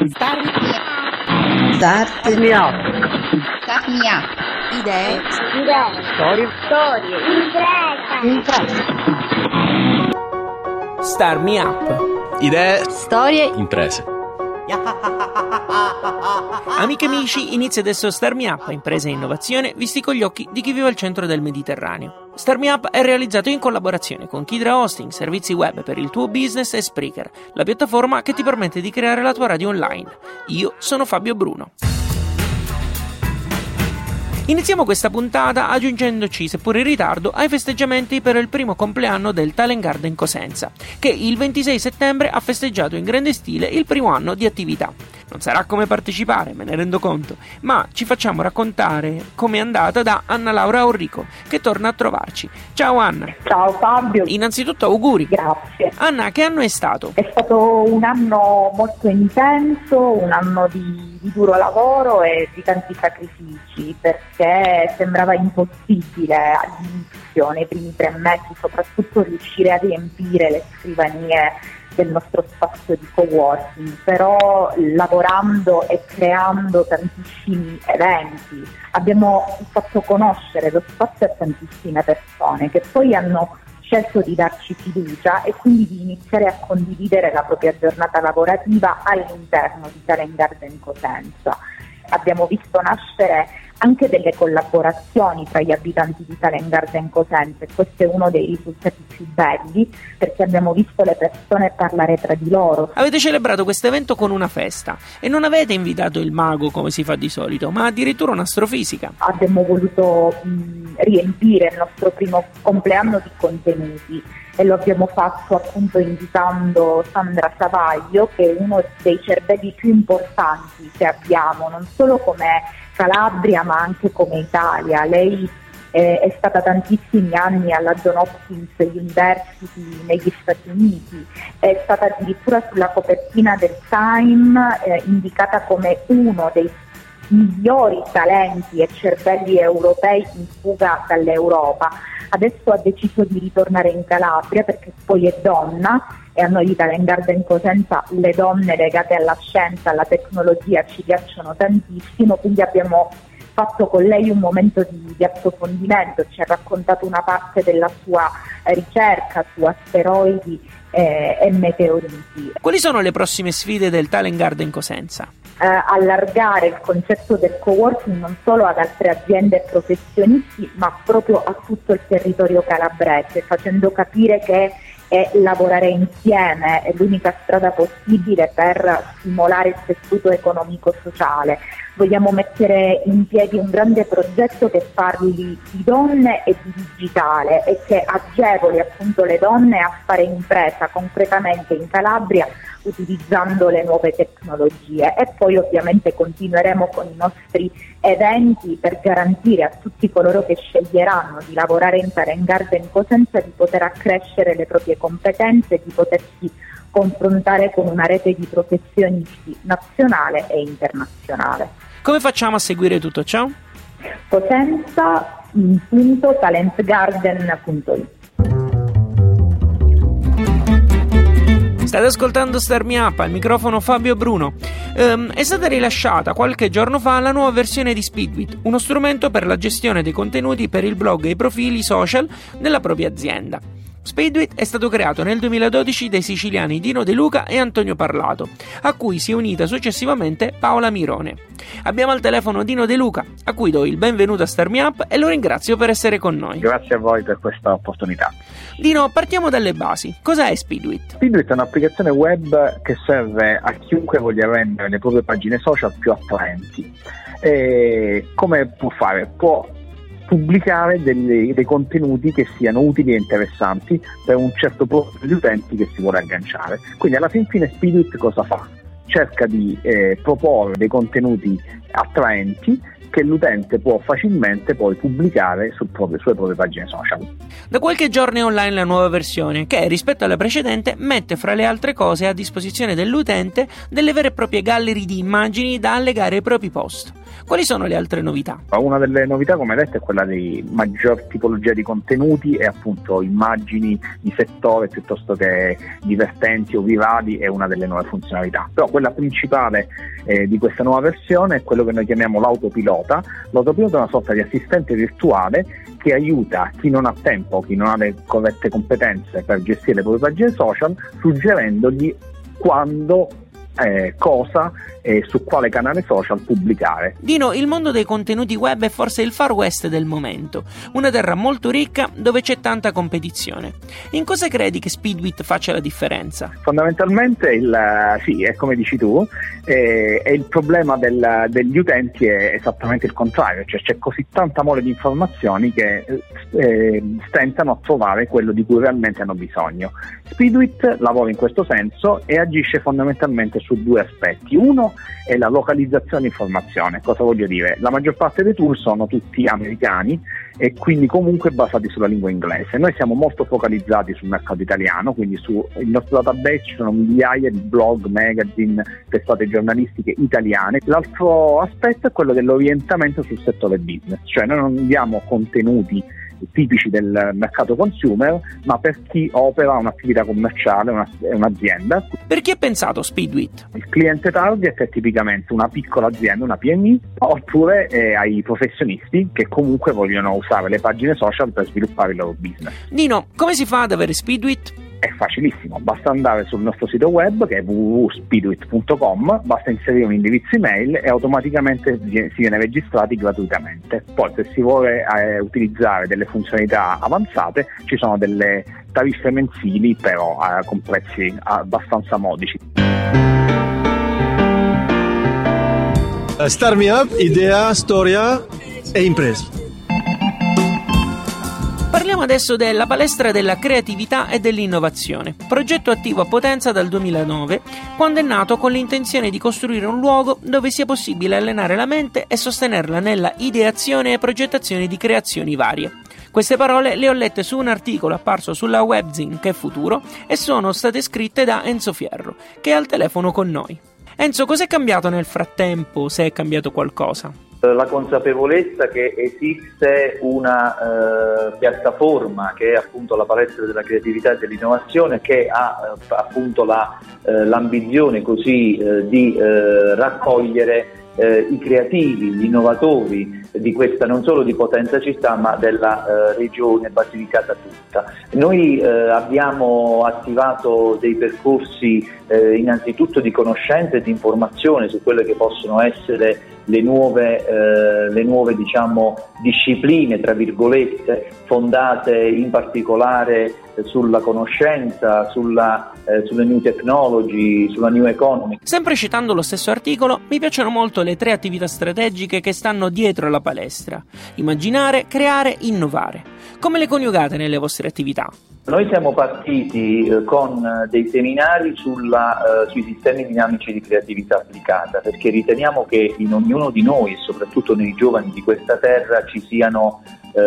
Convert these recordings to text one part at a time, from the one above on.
Start me up. Idee. Storie. Imprese. Start me up. Idee. Storie. Imprese. Amiche e amici, inizia adesso Start Me Up, impresa e innovazione visti con gli occhi di chi vive al centro del Mediterraneo. Start Me Up è realizzato in collaborazione con Kidra Hosting, servizi web per il tuo business e Spreaker, la piattaforma che ti permette di creare la tua radio online. Io sono Fabio Bruno. Iniziamo questa puntata aggiungendoci, seppur in ritardo, ai festeggiamenti per il primo compleanno del Talent Garden Cosenza, che il 26 settembre ha festeggiato in grande stile il primo anno di attività. Non sarà come partecipare, me ne rendo conto, ma ci facciamo raccontare com'è andata da Anna Laura Orrico, che torna a trovarci. Ciao Anna! Ciao Fabio! Innanzitutto auguri! Grazie! Anna, che anno è stato? È stato un anno molto intenso, un anno di duro lavoro e di tanti sacrifici, perché sembrava impossibile all'inizio, nei primi 3 mesi, soprattutto riuscire a riempire le scrivanie del nostro spazio di coworking, però lavorando e creando tantissimi eventi abbiamo fatto conoscere lo spazio a tantissime persone che poi hanno scelto di darci fiducia e quindi di iniziare a condividere la propria giornata lavorativa all'interno di Talent Garden Cosenza. Abbiamo visto nascere anche delle collaborazioni tra gli abitanti di Talent Garden Cosenza e questo è uno dei risultati più belli, perché abbiamo visto le persone parlare tra di loro. Avete celebrato questo evento con una festa e non avete invitato il mago come si fa di solito, ma addirittura un'astrofisica. Abbiamo voluto riempire il nostro primo compleanno di contenuti e lo abbiamo fatto appunto invitando Sandra Savaglio, che è uno dei cervelli più importanti che abbiamo, non solo come Calabria ma anche come Italia. Lei è stata tantissimi anni alla Johns Hopkins University negli Stati Uniti, è stata addirittura sulla copertina del Time indicata come uno dei migliori talenti e cervelli europei in fuga dall'Europa. Adesso ha deciso di ritornare in Calabria perché poi è donna e a noi di Talent Garden Cosenza le donne legate alla scienza, alla tecnologia ci piacciono tantissimo, quindi abbiamo fatto con lei un momento di approfondimento, ci ha raccontato una parte della sua ricerca su asteroidi e meteoriti. Quali sono le prossime sfide del Talent Garden Cosenza? Allargare il concetto del coworking non solo ad altre aziende e professionisti, ma proprio a tutto il territorio calabrese, facendo capire che lavorare insieme è l'unica strada possibile per stimolare il tessuto economico-sociale. Vogliamo mettere in piedi un grande progetto che parli di donne e di digitale e che agevoli appunto le donne a fare impresa concretamente in Calabria utilizzando le nuove tecnologie, e poi ovviamente continueremo con i nostri eventi per garantire a tutti coloro che sceglieranno di lavorare in Talent Garden Cosenza di poter accrescere le proprie competenze, di potersi confrontare con una rete di professionisti nazionale e internazionale. Come facciamo a seguire tutto ciò? Cosenza.talentgarden.it. State ascoltando Start Me Up, al microfono Fabio Bruno. È stata rilasciata qualche giorno fa la nuova versione di Speedwit, uno strumento per la gestione dei contenuti per il blog e i profili social della propria azienda. Speedwit è stato creato nel 2012 dai siciliani Dino De Luca e Antonio Parlato, a cui si è unita successivamente Paola Mirone. Abbiamo al telefono Dino De Luca, a cui do il benvenuto a Start Me Up e lo ringrazio per essere con noi. Grazie a voi per questa opportunità. Dino, partiamo dalle basi. Cos'è Speedwit? Speedwit è un'applicazione web che serve a chiunque voglia rendere le proprie pagine social più attraenti. E come può fare? Può pubblicare dei contenuti che siano utili e interessanti per un certo profilo di utenti che si vuole agganciare. Quindi alla fine Speedwit cosa fa? Cerca di proporre dei contenuti attraenti che l'utente può facilmente poi pubblicare sulle proprie pagine social. Da qualche giorno è online la nuova versione che, rispetto alla precedente, mette fra le altre cose a disposizione dell'utente delle vere e proprie gallery di immagini da allegare ai propri post. Quali sono le altre novità? Una delle novità, come detto, è quella di maggior tipologia di contenuti e appunto immagini di settore piuttosto che divertenti o virali è una delle nuove funzionalità. Però quella principale di questa nuova versione è quello che noi chiamiamo l'autopilota. L'autopilota è una sorta di assistente virtuale che aiuta chi non ha tempo, chi non ha le corrette competenze per gestire le proprie pagine social, suggerendogli quando, cosa e su quale canale social pubblicare. Dino, il mondo dei contenuti web è forse il Far West del momento, una terra molto ricca dove c'è tanta competizione. In cosa credi che Speedwit faccia la differenza? Fondamentalmente sì, è come dici tu, e il problema degli utenti è esattamente il contrario, cioè c'è così tanta mole di informazioni che stentano a trovare quello di cui realmente hanno bisogno. Speedwit lavora in questo senso e agisce fondamentalmente su due aspetti. Uno è la localizzazione di informazione. Cosa voglio dire? La maggior parte dei tool sono tutti americani e quindi comunque basati sulla lingua inglese. Noi siamo molto focalizzati sul mercato italiano, quindi sul nostro database ci sono migliaia di blog, magazine, testate giornalistiche italiane. L'altro aspetto è quello dell'orientamento sul settore business, cioè noi non diamo contenuti tipici del mercato consumer, ma per chi opera un'attività commerciale, un'azienda. Per chi è pensato Speedwit? Il cliente target è tipicamente una piccola azienda, una PMI, oppure ai professionisti che comunque vogliono usare le pagine social per sviluppare il loro business. Dino, come si fa ad avere Speedwit? È facilissimo, basta andare sul nostro sito web che è www.speedwit.com, basta inserire un indirizzo email e automaticamente si viene registrati gratuitamente. Poi se si vuole utilizzare delle funzionalità avanzate ci sono delle tariffe mensili però con prezzi abbastanza modici. Start Me Up, idea, storia e impresa. Parliamo adesso della Palestra della Creatività e dell'Innovazione, progetto attivo a Potenza dal 2009, quando è nato con l'intenzione di costruire un luogo dove sia possibile allenare la mente e sostenerla nella ideazione e progettazione di creazioni varie. Queste parole le ho lette su un articolo apparso sulla webzine Che Futuro e sono state scritte da Enzo Fierro, che è al telefono con noi. Enzo, cos'è cambiato nel frattempo, se è cambiato qualcosa? La consapevolezza che esiste una piattaforma che è appunto la Palestra della Creatività e dell'Innovazione, che ha appunto l'ambizione così di raccogliere i creativi, gli innovatori di questa, non solo di Potenza città ma della regione Basilicata tutta. Noi abbiamo attivato dei percorsi innanzitutto di conoscenza e di informazione su quelle che possono essere le nuove diciamo discipline tra virgolette, fondate in particolare sulla conoscenza, sulle new technology, sulla new economy. Sempre citando lo stesso articolo, mi piacciono molto le 3 attività strategiche che stanno dietro alla palestra: immaginare, creare, innovare. Come le coniugate nelle vostre attività? Noi siamo partiti con dei seminari sui sistemi dinamici di creatività applicata, perché riteniamo che in ognuno di noi e soprattutto nei giovani di questa terra ci siano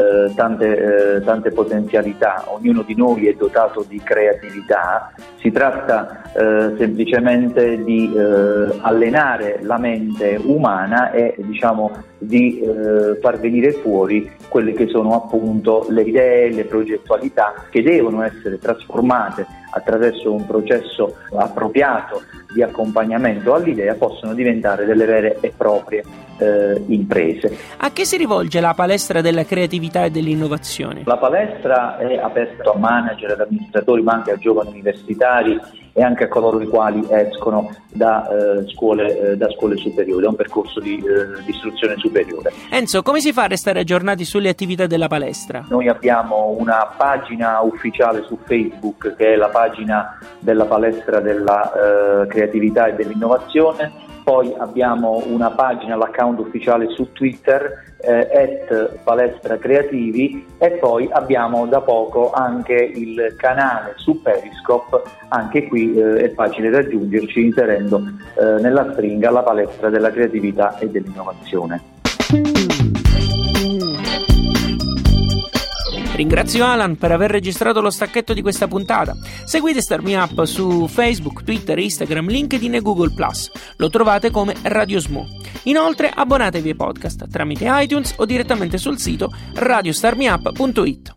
tante potenzialità. Ognuno di noi è dotato di creatività, si tratta semplicemente di allenare la mente umana e diciamo di far venire fuori quelle che sono appunto le idee, le progettualità che devono essere trasformate attraverso un processo appropriato di accompagnamento all'idea, possono diventare delle vere e proprie imprese. A che si rivolge la Palestra della Creatività e dell'Innovazione? La palestra è aperta a manager, ad amministratori, ma anche a giovani universitari e anche a coloro i quali escono da scuole superiori, è un percorso di istruzione superiore. Enzo, come si fa a restare aggiornati sulle attività della palestra? Noi abbiamo una pagina ufficiale su Facebook che è la pagina della Palestra della Creatività e dell'Innovazione, poi abbiamo una pagina, l'account ufficiale su Twitter @palestra creativi, e poi abbiamo da poco anche il canale su Periscope. Anche qui è facile raggiungerci inserendo nella stringa la Palestra della Creatività e dell'Innovazione. Ringrazio Alan per aver registrato lo stacchetto di questa puntata. Seguite Start Me Up su Facebook, Twitter, Instagram, LinkedIn e Google+. Lo trovate come Radio Smo. Inoltre abbonatevi ai podcast tramite iTunes o direttamente sul sito radiostarmeup.it.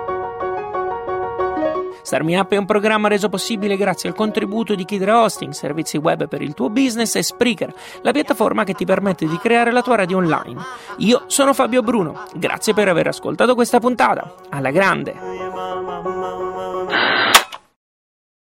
Start Me Up è un programma reso possibile grazie al contributo di Kidra Hosting, servizi web per il tuo business, e Spreaker, la piattaforma che ti permette di creare la tua radio online. Io sono Fabio Bruno, grazie per aver ascoltato questa puntata. Alla grande!